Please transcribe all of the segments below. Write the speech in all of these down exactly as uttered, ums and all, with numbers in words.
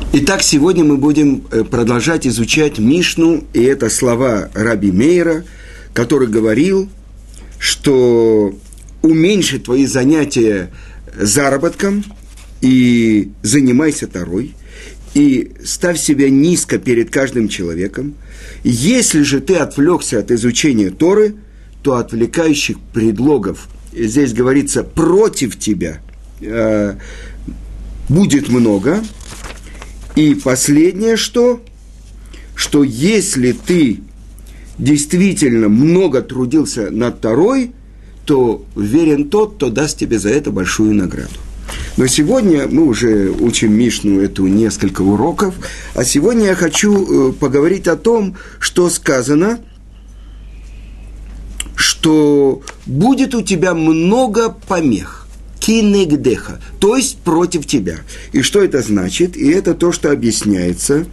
Итак, сегодня мы будем продолжать изучать Мишну, и это слова Раби Мейра, который говорил, что уменьши твои занятия заработком и занимайся Торой, и ставь себя низко перед каждым человеком. Если же ты отвлекся от изучения Торы, то отвлекающих предлогов, здесь говорится, против тебя э, будет много. И последнее, что? Что если ты действительно много трудился над Торой, то верен тот, кто даст тебе за это большую награду. Но сегодня мы уже учим Мишну эту несколько уроков, а сегодня я хочу поговорить о том, что сказано, что будет у тебя много помех. Кинегдеха, то есть против тебя. И что это значит? И это то, что объясняется.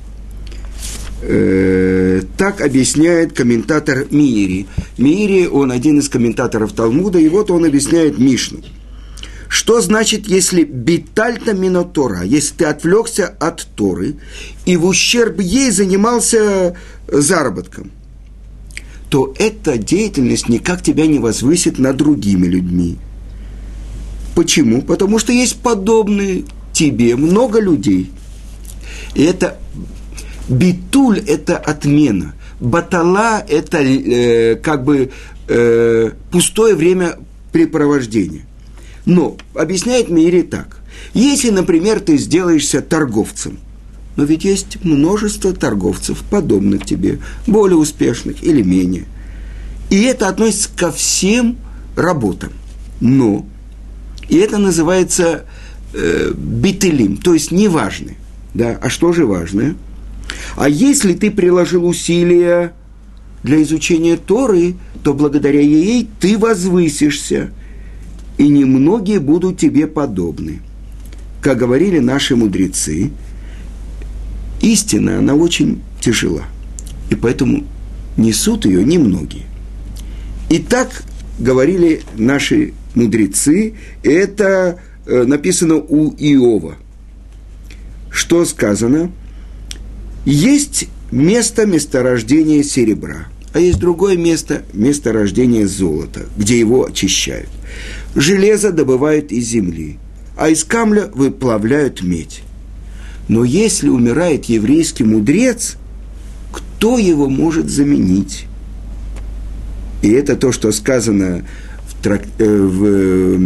Э, так объясняет комментатор Миири. Миири, он один из комментаторов Талмуда, и вот он объясняет Мишну. Что значит, если битальта мино Тора, если ты отвлекся от Торы и в ущерб ей занимался заработком, то эта деятельность никак тебя не возвысит над другими людьми. Почему? Потому что есть подобные тебе много людей. И это битуль – это отмена. Батала – это э, как бы э, пустое времяпрепровождение. Но объясняет Миири так. Если, например, ты сделаешься торговцем, но ведь есть множество торговцев, подобных тебе, более успешных или менее. И это относится ко всем работам. Но и это называется э, бителим, то есть неважное. Да? А что же важное? А если ты приложил усилия для изучения Торы, то благодаря ей ты возвысишься, и немногие будут тебе подобны. Как говорили наши мудрецы, истина, она очень тяжела, и поэтому несут ее немногие. И так говорили наши мудрецы, это э, написано у Иова. Что сказано? Есть место месторождения серебра, а есть другое место месторождения золота, где его очищают. Железо добывают из земли, а из камня выплавляют медь. Но если умирает еврейский мудрец, кто его может заменить? И это то, что сказано в, в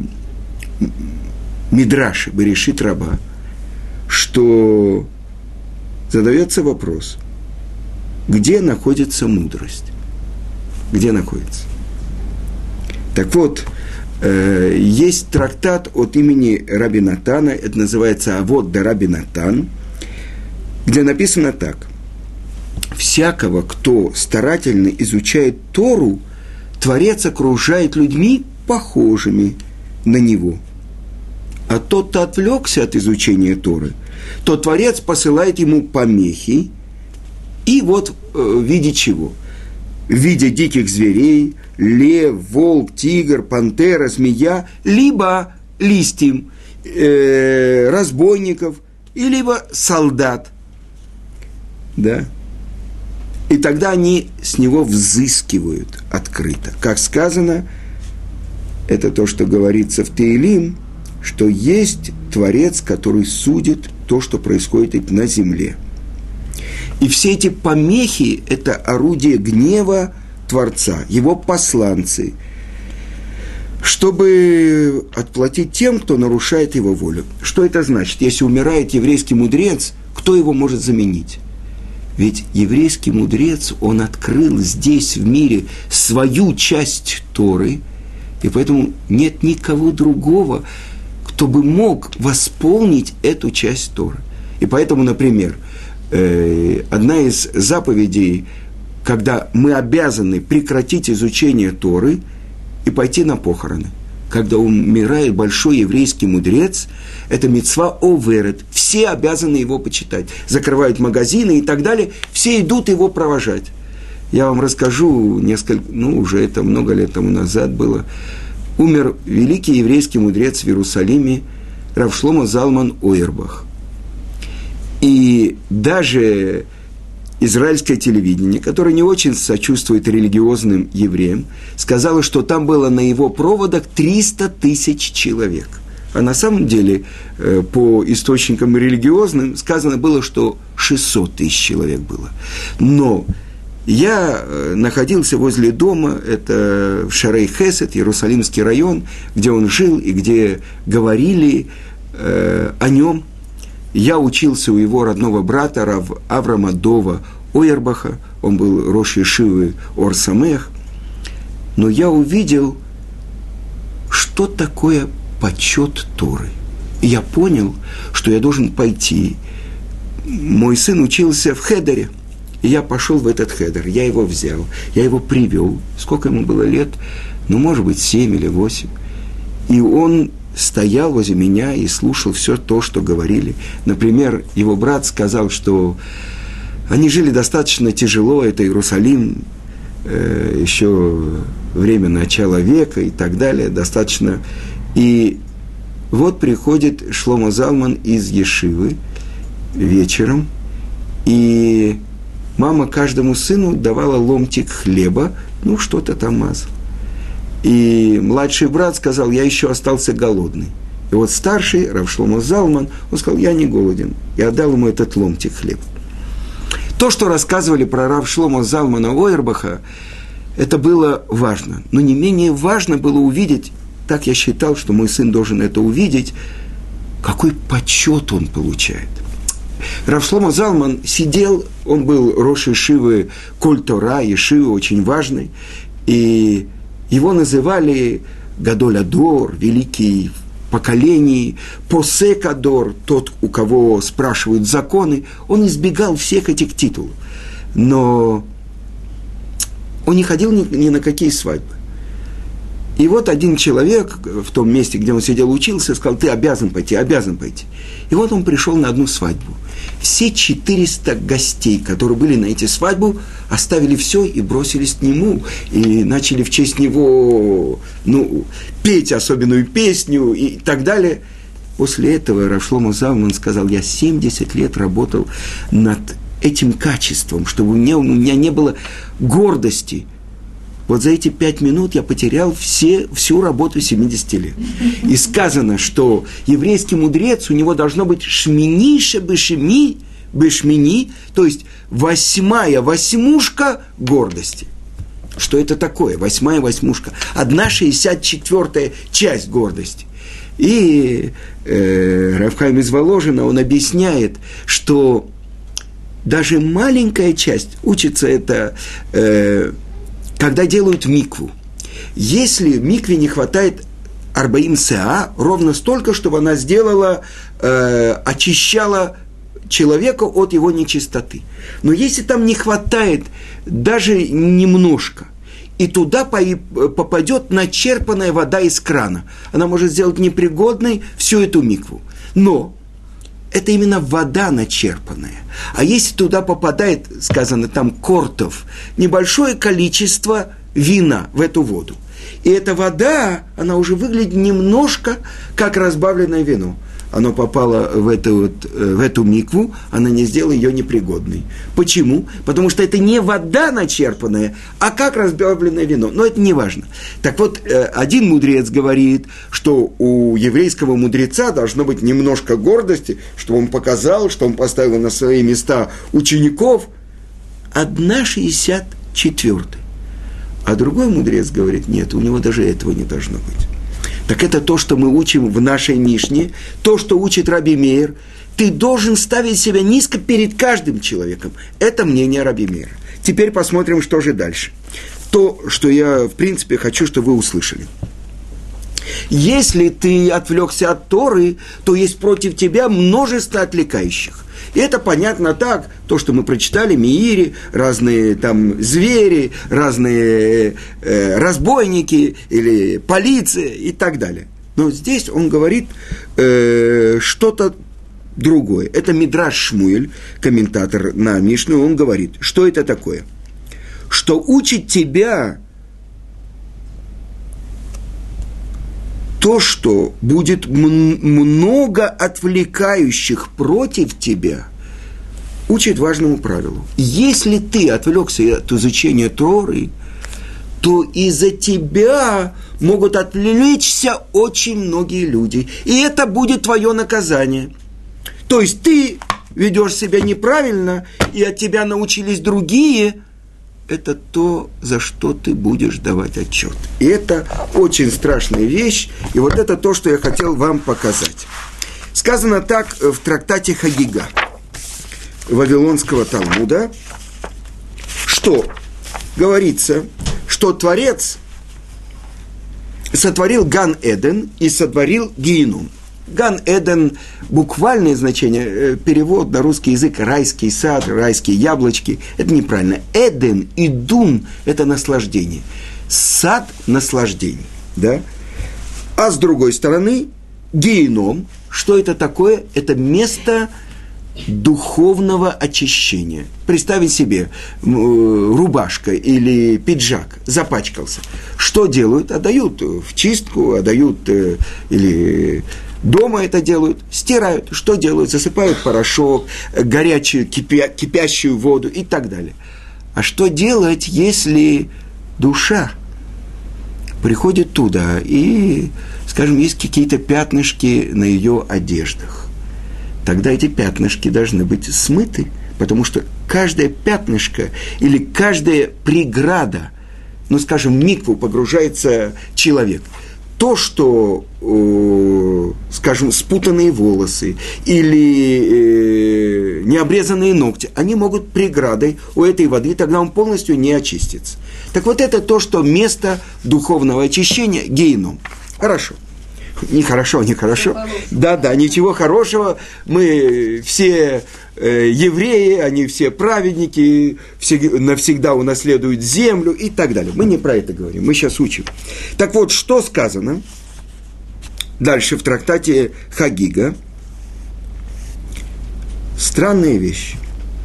Мидраше Берешит Раба, что задается вопрос, где находится мудрость? Где находится? Так вот, э, есть трактат от имени Раби Натана, это называется «Авот да Раби Натан», где написано так. Всякого, кто старательно изучает Тору, Творец окружает людьми, похожими на него. А тот, кто отвлекся от изучения Торы, то Творец посылает ему помехи, и вот э, в виде чего? В виде диких зверей, лев, волк, тигр, пантера, змея, либо листьев, э, разбойников, и либо солдат. Да? И тогда они с него взыскивают открыто. Как сказано, это то, что говорится в Теилим, что есть Творец, который судит то, что происходит на земле. И все эти помехи – это орудие гнева Творца, его посланцы, чтобы отплатить тем, кто нарушает его волю. Что это значит? Если умирает еврейский мудрец, кто его может заменить? Ведь еврейский мудрец, он открыл здесь, в мире, свою часть Торы, и поэтому нет никого другого, кто бы мог восполнить эту часть Торы. И поэтому, например, одна из заповедей, когда мы обязаны прекратить изучение Торы и пойти на похороны. Когда умирает большой еврейский мудрец, это мицва оверет, все обязаны его почитать. Закрывают магазины и так далее, все идут его провожать. Я вам расскажу несколько, ну, уже это много лет тому назад было. Умер великий еврейский мудрец в Иерусалиме Рав Шломо Залман Ойербах. И даже израильское телевидение, которое не очень сочувствует религиозным евреям, сказало, что там было на его проводах триста тысяч человек. А на самом деле, по источникам религиозным, сказано было, что шестьсот тысяч человек было. Но я находился возле дома, это в Шарей-Хесед, Иерусалимский район, где он жил и где говорили э, о нем. Я учился у его родного брата Рав Аврама Дова Ойербаха, он был рош ешивы Ор Самех. Но я увидел, что такое почет Торы. И я понял, что я должен пойти. Мой сын учился в хедере, и я пошел в этот хедер. Я его взял, я его привел. Сколько ему было лет? Ну, может быть, семь или восемь. И он стоял возле меня и слушал все то, что говорили. Например, его брат сказал, что они жили достаточно тяжело, это Иерусалим, э, еще время начала века и так далее, достаточно. И вот приходит Шломо Залман из Ешивы вечером, и мама каждому сыну давала ломтик хлеба, ну, что-то там мазал. И младший брат сказал, я еще остался голодный. И вот старший, Рав Шломо Залман, он сказал, я не голоден. И отдал ему этот ломтик хлеба. То, что рассказывали про Рав Шломо Залмана Ойербаха, это было важно. Но не менее важно было увидеть, так я считал, что мой сын должен это увидеть, какой почет он получает. Рав Шломо Залман сидел, он был рош ешивы Коль Тора, ешивы очень важный, и его называли Гадоль Адор, великий в поколении, Посек Адор, тот, у кого спрашивают законы. Он избегал всех этих титулов. Но он не ходил ни, ни на какие свадьбы. И вот один человек в том месте, где он сидел, учился, сказал, ты обязан пойти, обязан пойти. И вот он пришел на одну свадьбу. Все четыреста гостей, которые были на эти свадьбы, оставили все и бросились к нему. И начали в честь него, ну, петь особенную песню и так далее. После этого Рав Шломо Залман сказал, я семьдесят лет работал над этим качеством, чтобы у меня, у меня не было гордости. Вот за эти пять минут я потерял все, всю работу семидесяти лет. И сказано, что еврейский мудрец, у него должно быть шминише бешеми, бешмини, то есть восьмая восьмушка гордости. Что это такое? Восьмая восьмушка. Одна шестьдесят четвертая часть гордости. И э, Рав Хаим из Воложина, он объясняет, что даже маленькая часть, учится это... Э, когда делают микву. Если в микве не хватает арбаим сеа, ровно столько, чтобы она сделала, э, очищала человека от его нечистоты. Но если там не хватает даже немножко, и туда попадет начерпанная вода из крана, она может сделать непригодной всю эту микву. Но это именно вода начерпанная. А если туда попадает, сказано там, кортов, небольшое количество вина в эту воду, и эта вода, она уже выглядит немножко как разбавленное вино. Оно попало в эту, вот, в эту микву, она не сделала ее непригодной. Почему? Потому что это не вода начерпанная, а как разбавленное вино. Но это не важно. Так вот, один мудрец говорит, что у еврейского мудреца должно быть немножко гордости, чтобы он показал, что он поставил на свои места учеников. Одна шестьдесят четвертая. А другой мудрец говорит, нет, у него даже этого не должно быть. Так это то, что мы учим в нашей Мишне, то, что учит Раби Меир. Ты должен ставить себя низко перед каждым человеком. Это мнение Раби Меира. Теперь посмотрим, что же дальше. То, что я, в принципе, хочу, чтобы вы услышали. Если ты отвлекся от Торы, то есть против тебя множество отвлекающих. И это понятно так, то, что мы прочитали, Меире, разные там звери, разные э, разбойники или полиция и так далее. Но здесь он говорит э, что-то другое. Это Мидраш Шмуэль, комментатор на Мишну, он говорит, что это такое? Что учит тебя то, что будет м- много отвлекающих против тебя, учит важному правилу. Если ты отвлекся от изучения Торы, то из-за тебя могут отвлечься очень многие люди. И это будет твое наказание. То есть ты ведешь себя неправильно, и от тебя научились другие. Это то, за что ты будешь давать отчет. И это очень страшная вещь. И вот это то, что я хотел вам показать. Сказано так в трактате Хагига Вавилонского Талмуда, что говорится, что Творец сотворил Ган-Эден и сотворил Гееном. Ган-Эден, буквальное значение, перевод на русский язык, райский сад, райские яблочки, это неправильно. Эден и Дун – это наслаждение. Сад наслаждений, да? А с другой стороны, Гееном, что это такое? Это место духовного очищения. Представить себе, рубашка или пиджак запачкался. Что делают? Отдают в чистку, отдают или дома это делают, стирают. Что делают? Засыпают порошок, горячую, кипя, кипящую воду и так далее. А что делать, если душа приходит туда и, скажем, есть какие-то пятнышки на ее одеждах? Тогда эти пятнышки должны быть смыты, потому что каждое пятнышко или каждая преграда, ну, скажем, в микву погружается человек. То, что, э, скажем, спутанные волосы или э, необрезанные ногти, они могут преградой у этой воды, тогда он полностью не очистится. Так вот это то, что место духовного очищения – гееном. Хорошо. Нехорошо, нехорошо. Да, да, ничего хорошего. Мы все э, евреи, они все праведники, все, навсегда унаследуют землю и так далее. Мы не про это говорим, мы сейчас учим. Так вот, что сказано дальше в трактате Хагига? Странная вещь.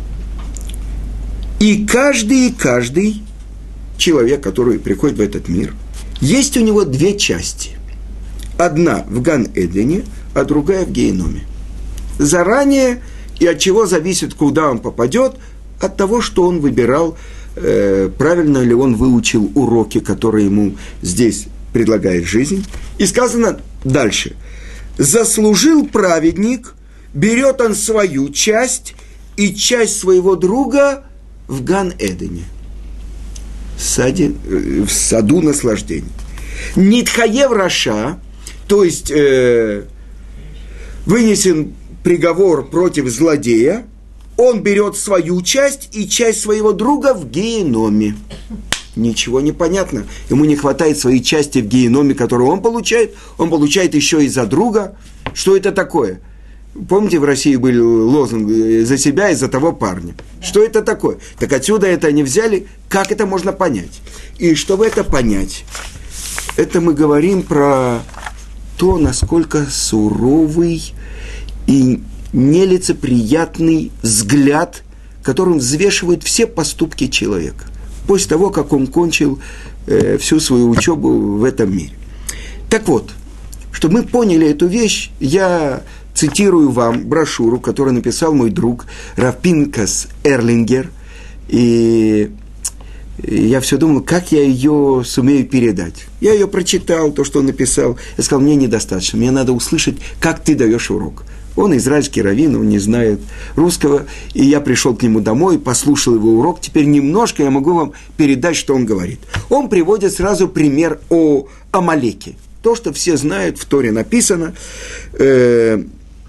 И каждый, и каждый человек, который приходит в этот мир, есть у него две части. Одна в Ган-Эдене, а другая в Гееноме. Заранее, и от чего зависит, куда он попадет, от того, что он выбирал, э, правильно ли он выучил уроки, которые ему здесь предлагает жизнь. И сказано дальше. «Заслужил праведник, берет он свою часть и часть своего друга в Ган-Эдене». В, саде, э, в саду наслаждений. «Нитхаев раша», то есть э, вынесен приговор против злодея, он берет свою часть и часть своего друга в Гееноме. Ничего не понятно. Ему не хватает своей части в Гееноме, которую он получает, он получает еще и за друга. Что это такое? Помните, в России были лозунги «за себя и за того парня». Что это такое? Так отсюда это они взяли. Как это можно понять? И чтобы это понять, это мы говорим про то, насколько суровый и нелицеприятный взгляд, которым взвешивают все поступки человека, после того, как он кончил э, всю свою учебу в этом мире. Так вот, чтобы мы поняли эту вещь, я цитирую вам брошюру, которую написал мой друг Рав Пинкас Эрлингер, и я все думал, как я ее сумею передать. Я ее прочитал, то, что он написал. Я сказал, мне недостаточно, мне надо услышать, как ты даешь урок. Он израильский раввин, он не знает русского. И я пришел к нему домой, послушал его урок. Теперь немножко я могу вам передать, что он говорит. Он приводит сразу пример о Амалеке. То, что все знают, в Торе написано. Э,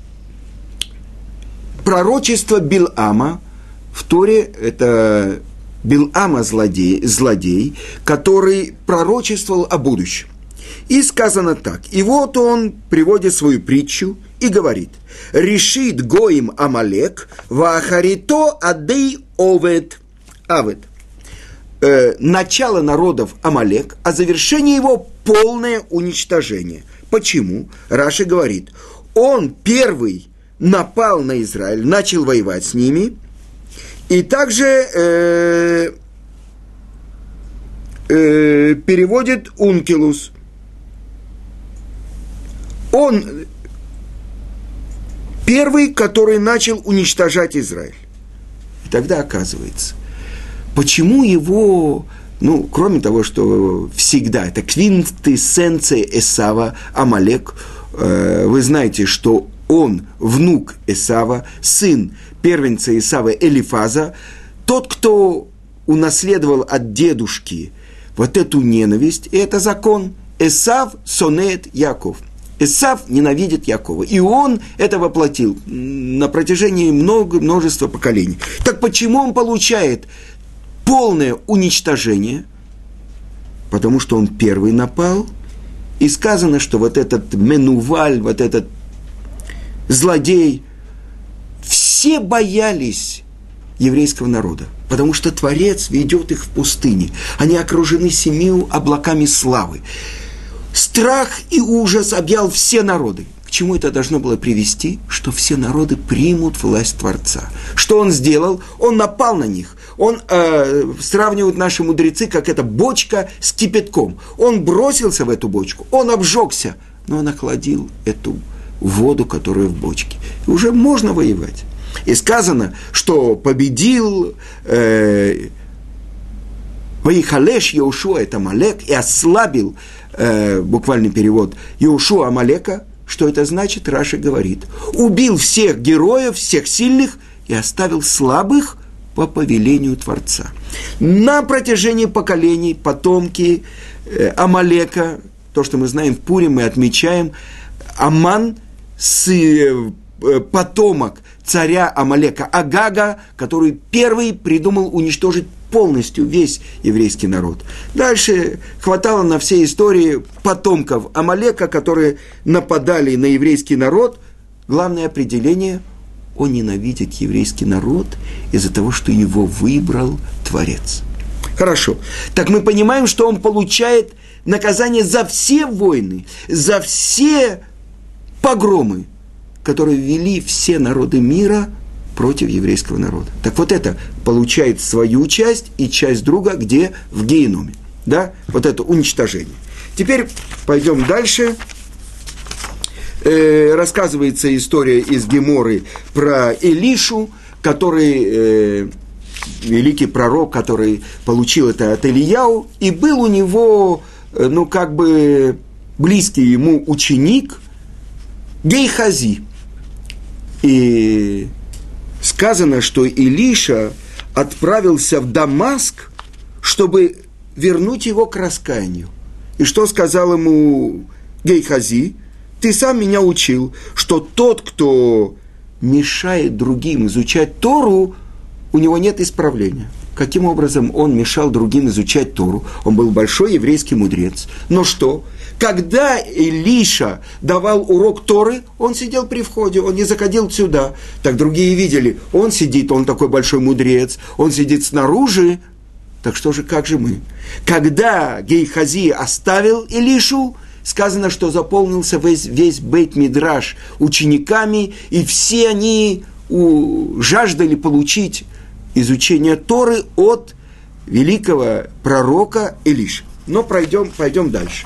пророчество Билама в Торе – это Билама злодей, злодей, который пророчествовал о будущем. И сказано так. И вот он приводит свою притчу и говорит: «Решит гоим Амалек, ваахарито адей овет». Авет. Э, начало народов Амалек, а завершение его полное уничтожение. Почему? Раши говорит, он первый напал на Израиль, начал воевать с ними. И также э, э, переводит Ункилус. Он первый, который начал уничтожать Израиль. И тогда оказывается, почему его, ну, кроме того, что всегда, это квинтэссенция Эсава, Амалек, э, вы знаете, что он внук Эсава, сын первенца Эсава Элифаза, тот, кто унаследовал от дедушки вот эту ненависть, и это закон. Эсав сонет Яков. Эсав ненавидит Якова. И он это воплотил на протяжении много, множества поколений. Так почему он получает полное уничтожение? Потому что он первый напал. И сказано, что вот этот Менуваль, вот этот злодей, все боялись еврейского народа, потому что Творец ведет их в пустыне. Они окружены семью облаками славы. Страх и ужас объял все народы. К чему это должно было привести? Что все народы примут власть Творца. Что он сделал? Он напал на них. Он э, сравнивают наши мудрецы, как эта бочка с кипятком. Он бросился в эту бочку, он обжегся, но он охладил эту воду, которая в бочке. И уже можно воевать. И сказано, что победил э, Ваихалеш Йошуа, это Амалек, и ослабил, э, буквальный перевод, Йошуа Амалека. Что это значит? Раши говорит. Убил всех героев, всех сильных и оставил слабых по повелению Творца. На протяжении поколений потомки э, Амалека, то, что мы знаем в Пуре, мы отмечаем, Аман, с, э, потомок царя Амалека Агага, который первый придумал уничтожить полностью весь еврейский народ. Дальше хватало на все истории потомков Амалека, которые нападали на еврейский народ. Главное определение – он ненавидит еврейский народ из-за того, что его выбрал Творец. Хорошо. Так мы понимаем, что он получает наказание за все войны, за все погромы, которые вели все народы мира против еврейского народа. Так вот это получает свою часть и часть друга, где в геноме. Да? Вот это уничтожение. Теперь пойдем дальше. Э, рассказывается история из Геморы про Илишу, который, э, великий пророк, который получил это от Илияу, и был у него, э, ну, как бы, близкий ему ученик Гейхази. И сказано, что Илиша отправился в Дамаск, чтобы вернуть его к раскаянию. И что сказал ему Гейхази? Ты сам меня учил, что тот, кто мешает другим изучать Тору, у него нет исправления. Каким образом он мешал другим изучать Тору? Он был большой еврейский мудрец. Но что? Когда Илиша давал урок Торы, он сидел при входе, он не заходил сюда. Так другие видели, он сидит, он такой большой мудрец, он сидит снаружи. Так что же, как же мы? Когда Гейхази оставил Илишу, сказано, что заполнился весь, весь Бейт-Мидраш учениками, и все они у, жаждали получить изучение Торы от великого пророка Илиши. Но пройдем, пойдем дальше.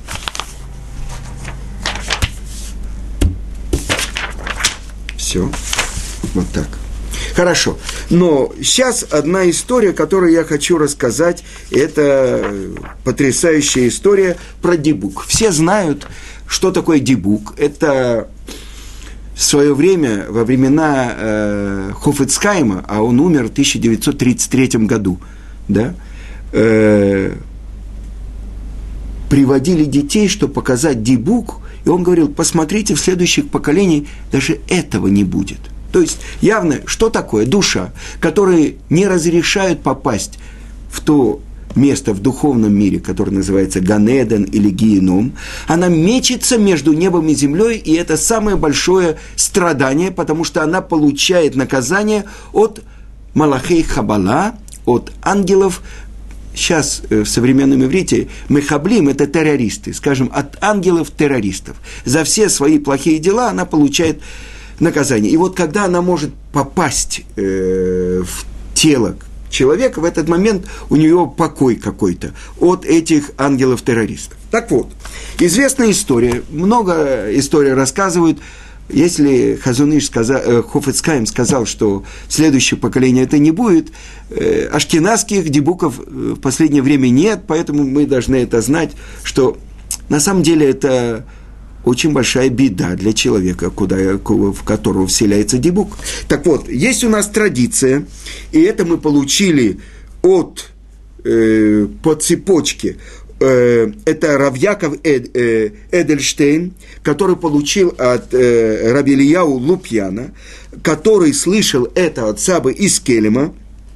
Все. Вот так. Хорошо. Но сейчас одна история, которую я хочу рассказать, это потрясающая история про дибук. Все знают, что такое дибук. Это в свое время, во времена э, Хофец Хаима, а он умер в тысяча девятьсот тридцать третьем году, да, э, приводили детей, чтобы показать дибук, и он говорил, посмотрите, в следующих поколениях даже этого не будет. То есть, явно, что такое душа, которые не разрешают попасть в то место в духовном мире, которое называется Ганеден или Гиеном, она мечется между небом и землей, и это самое большое страдание, потому что она получает наказание от Малахей Хабала, от ангелов. Сейчас в современном иврите мехаблим – это террористы, скажем, от ангелов-террористов. За все свои плохие дела она получает наказание. И вот когда она может попасть э, в тело человека, в этот момент у нее покой какой-то от этих ангелов-террористов. Так вот, известная история, много историй рассказывают Если Хазон Иш сказал, Хофец Хаим сказал, что в следующее поколение это не будет, ашкеназских дибуков в последнее время нет, поэтому мы должны это знать, что на самом деле это очень большая беда для человека, куда, в которого вселяется дибук. Так вот, есть у нас традиция, и это мы получили от, э, по цепочке. Э, это Рав Яков Эд, э, Эдельштейн, который получил от э, Раби Ильяу Лупьяна, который слышал это от Сабы из Келема,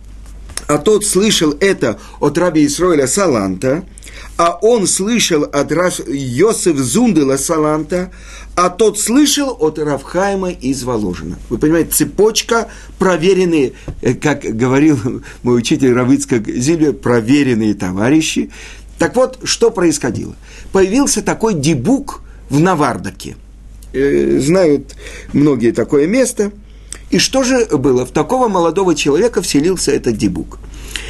а тот слышал это от Раби Исроэля Саланта, а он слышал от Рав Йосеф Зундела Саланта, а тот слышал от Рав Хаима из Воложина. Вы понимаете, цепочка проверенные, как говорил мой учитель Рав Ицхак Зильбер, проверенные товарищи. Так вот, что происходило? Появился такой дибук в Навардаке. Знают многие такое место. И что же было? В такого молодого человека вселился этот дибук.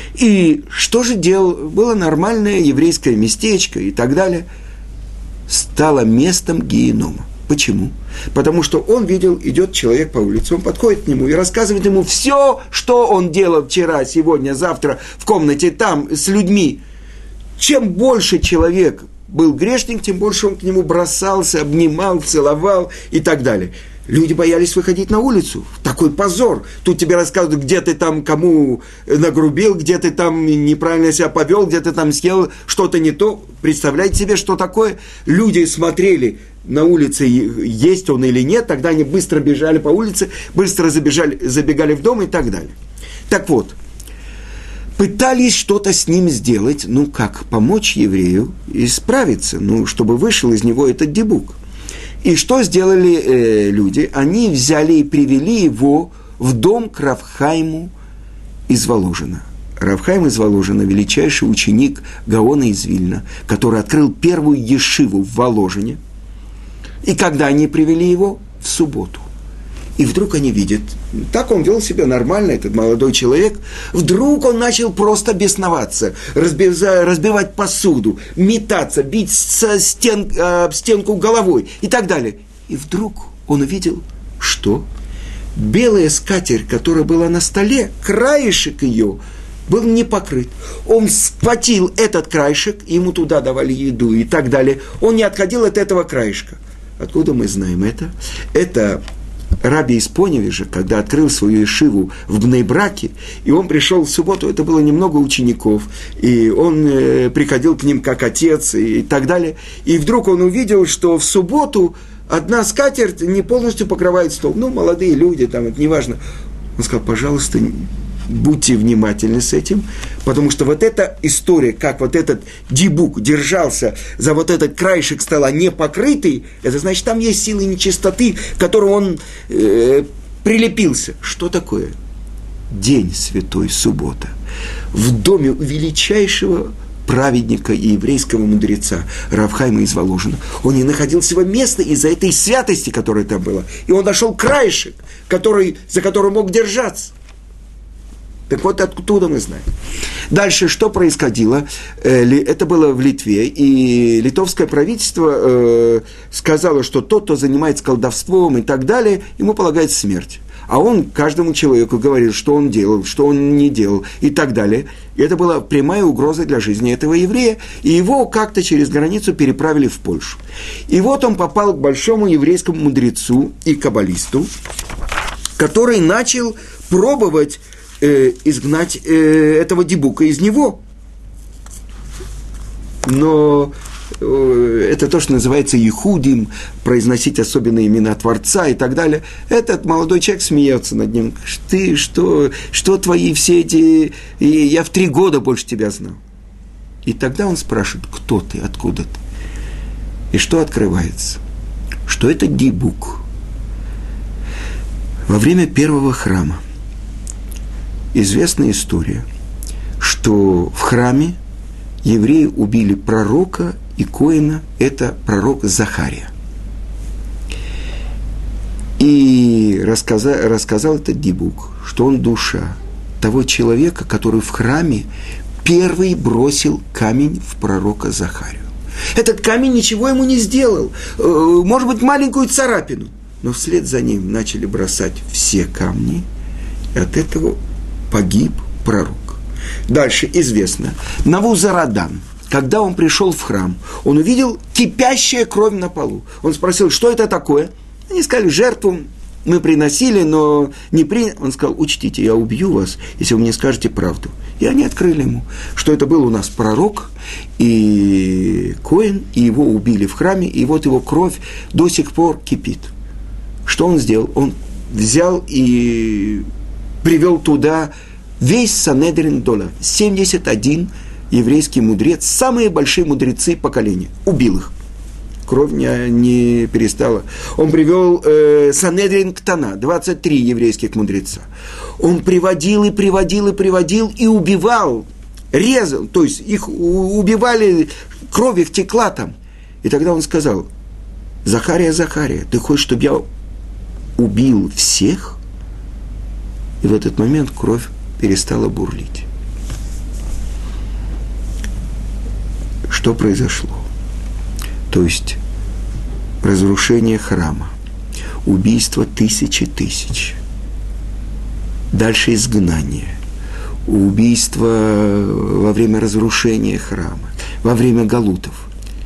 И что же делал? Было нормальное еврейское местечко и так далее. Стало местом генома. Почему? Потому что он видел, идет человек по улице, он подходит к нему и рассказывает ему все, что он делал вчера, сегодня, завтра в комнате, там, с людьми. Чем больше человек был грешник, тем больше он к нему бросался, обнимал, целовал и так далее. Люди боялись выходить на улицу. Такой позор. Тут тебе рассказывают, где ты там кому нагрубил, где ты там неправильно себя повел, где ты там съел что-то не то. Представляете себе, что такое? Люди смотрели на улице, есть он или нет, тогда они быстро бежали по улице, быстро забежали, забегали в дом и так далее. Так вот, пытались что-то с ним сделать, ну как, помочь еврею исправиться, ну, чтобы вышел из него этот дибук. И что сделали э, люди? Они взяли и привели его в дом к Рав Хаиму из Воложина. Рав Хаим из Воложина – величайший ученик Гаона из Вильна, который открыл первую ешиву в Воложине. И когда они привели его? В субботу. И вдруг они видят, так он вел себя нормально, этот молодой человек, вдруг он начал просто бесноваться, разбивать посуду, метаться, бить со стен, об стенку головой и так далее. И вдруг он увидел, что белая скатерть, которая была на столе, краешек ее был не покрыт. Он схватил этот краешек, ему туда давали еду и так далее. Он не отходил от этого краешка. Откуда мы знаем это? Это Раби из Поневежа, когда открыл свою ешиву в Бней-Браке, и он пришел в субботу, это было немного учеников, и он э, приходил к ним как отец и, и так далее, и вдруг он увидел, что в субботу одна скатерть не полностью покрывает стол. Ну, молодые люди, там, это неважно. Он сказал, пожалуйста, будьте внимательны с этим, потому что вот эта история, как вот этот дибук держался за вот этот краешек стола не покрытый, это значит, там есть силы нечистоты, к которым он э, прилепился. Что такое? День святой, суббота. В доме величайшего праведника и еврейского мудреца Рав Хаима из Воложина. Он не находил своего места из-за этой святости, которая там была. И он нашел краешек, который, за который мог держаться. Так вот, откуда мы знаем. Дальше, что происходило? Это было в Литве, и литовское правительство сказало, что тот, кто занимается колдовством и так далее, ему полагается смерть. А он каждому человеку говорил, что он делал, что он не делал и так далее. И это была прямая угроза для жизни этого еврея, и его как-то через границу переправили в Польшу. И вот он попал к большому еврейскому мудрецу и каббалисту, который начал пробовать Э, изгнать э, этого дибука из него. Но э, это то, что называется ехудим, произносить особенные имена Творца и так далее. Этот молодой человек смеется над ним. Ты, что, что твои все эти... И я в три года больше тебя знал. И тогда он спрашивает, кто ты, откуда ты? И что открывается? Что это дибук. Во время первого храма известная история, что в храме евреи убили пророка и коэна, это пророк Захария. И рассказал, рассказал этот дибук, что он душа того человека, который в храме первый бросил камень в пророка Захарию. Этот камень ничего ему не сделал, может быть, маленькую царапину. но вслед за ним начали бросать все камни, и от этого погиб пророк. Дальше известно, Навузарадан, когда он пришел в храм, он увидел кипящая кровь на полу. Он спросил, что это такое? Они сказали, жертву мы приносили, но не приняли. Он сказал, учтите, я убью вас, если вы мне скажете правду. И они открыли ему, что это был у нас пророк и коэн, и его убили в храме, и вот его кровь до сих пор кипит. Что он сделал? Он взял и привел туда весь Санедрин Дола, семьдесят один еврейский мудрец, самые большие мудрецы поколения, убил их. Кровь не, не перестала. Он привел э, Санедрин Ктана, двадцать три еврейских мудреца. Он приводил и приводил и приводил и убивал, резал, то есть их убивали, кровь их текла там. И тогда он сказал, Захария, Захария, ты хочешь, чтобы я убил всех? И в этот момент кровь перестала бурлить. Что произошло? То есть разрушение храма, убийство тысячи тысяч, дальше изгнание, убийство во время разрушения храма, во время галутов.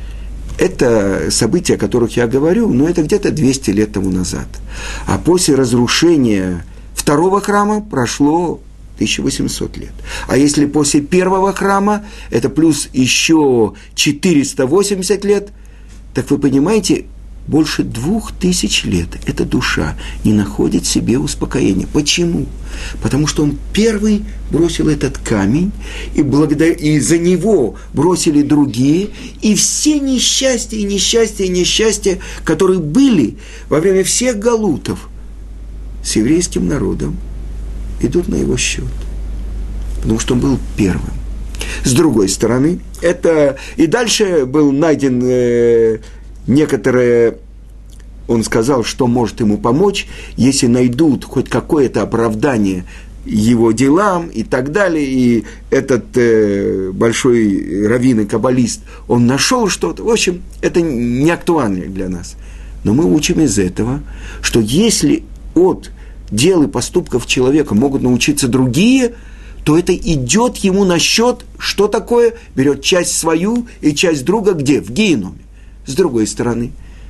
Это события, о которых я говорю, но это где-то двести лет тому назад. А после разрушения второго храма прошло тысяча восемьсот лет. А если после первого храма, это плюс еще четыреста восемьдесят лет, так вы понимаете, больше двух тысяч лет эта душа не находит себе успокоения. Почему? Потому что он первый бросил этот камень, и, благодаря, и за него бросили другие, и все несчастья, и несчастья, и несчастья, которые были во время всех галутов с еврейским народом, идут на его счет, потому что он был первым. С другой стороны, это и дальше был найден э, некоторые, он сказал, что может ему помочь, если найдут хоть какое-то оправдание его делам и так далее, и этот э, большой раввин и каббалист, он нашел что-то, в общем, это не актуально для нас. Но мы учим из этого, что если от дел и поступков человека могут научиться другие, то это идет ему на счет, что такое, берет часть свою и часть друга где? В геноме. С другой стороны.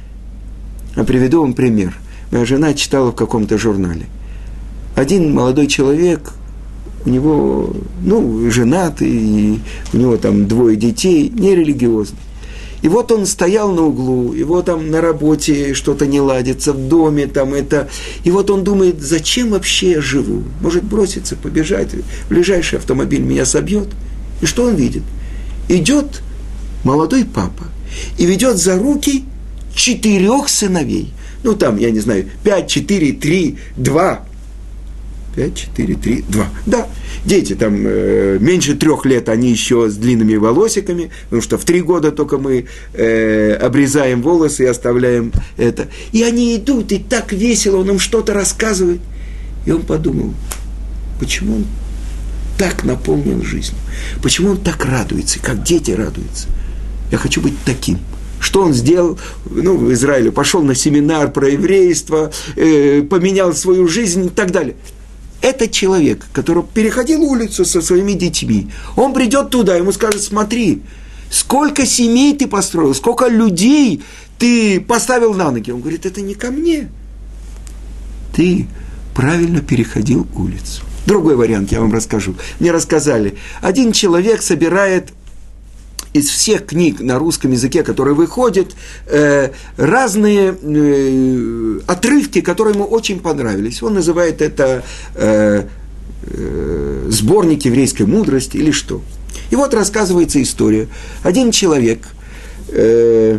Я приведу вам пример. Моя жена читала в каком-то журнале. Один молодой человек, у него, ну, женат, и у него там двое детей, нерелигиозный. И вот он стоял на углу, его там на работе что-то не ладится, в доме там это. И вот он думает, зачем вообще я живу? Может броситься, побежать, ближайший автомобиль меня собьет. И что он видит? Идет молодой папа и ведет за руки четырех сыновей. Ну там, я не знаю, пять, четыре, три, два. Пять, четыре, три, два. Да, дети там э, меньше трех лет, они еще с длинными волосиками, потому что в три года только мы э, обрезаем волосы и оставляем это. И они идут, и так весело, он им что-то рассказывает. И он подумал, почему он так наполнен жизнью? Почему он так радуется, как дети радуются? Я хочу быть таким. Что он сделал? Ну, в Израиле пошел на семинар про еврейство, э, поменял свою жизнь и так далее. Этот человек, который переходил улицу со своими детьми, он придет туда, ему скажет, смотри, сколько семей ты построил, сколько людей ты поставил на ноги. Он говорит, это не ко мне. Ты правильно переходил улицу. Другой вариант я вам расскажу. Мне рассказали, один человек собирает из всех книг на русском языке, которые выходят, э, разные э, отрывки, которые ему очень понравились. Он называет это э, э, сборник еврейской мудрости или что. И вот рассказывается история. Один человек э,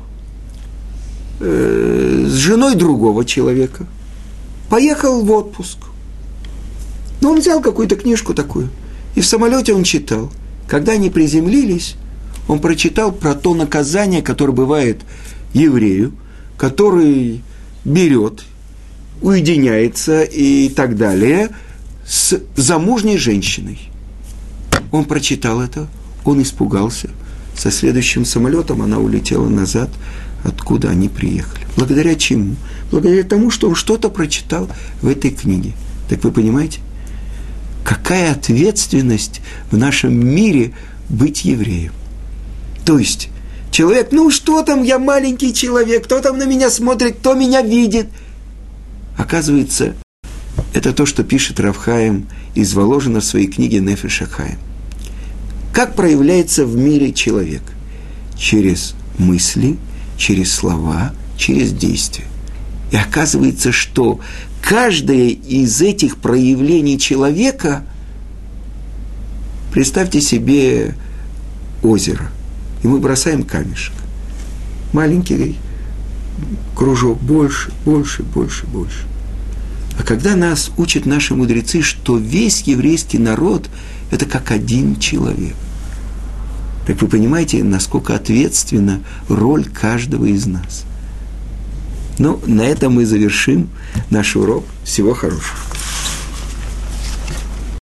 э, с женой другого человека поехал в отпуск. Но он взял какую-то книжку такую, и в самолете он читал. Когда они приземлились, он прочитал про то наказание, которое бывает еврею, который берет, уединяется и так далее с замужней женщиной. Он прочитал это, он испугался. Со следующим самолетом она улетела назад откуда они приехали. Благодаря чему? Благодаря тому, что он что-то прочитал в этой книге. Так вы понимаете, какая ответственность в нашем мире быть евреем? То есть, человек, ну что там, я маленький человек, кто там на меня смотрит, кто меня видит? Оказывается, это то, что пишет Рав Хаим из Воложина в своей книге «Нефеш ха-Хаим». Как проявляется в мире человек? Через мысли, через слова, через действия. И оказывается, что каждое из этих проявлений человека, представьте себе озеро, и мы бросаем камешек. Маленький кружок, больше, больше, больше, больше. А когда нас учат наши мудрецы, что весь еврейский народ – это как один человек. Так вы понимаете, насколько ответственна роль каждого из нас. Ну, на этом мы завершим наш урок. Всего хорошего.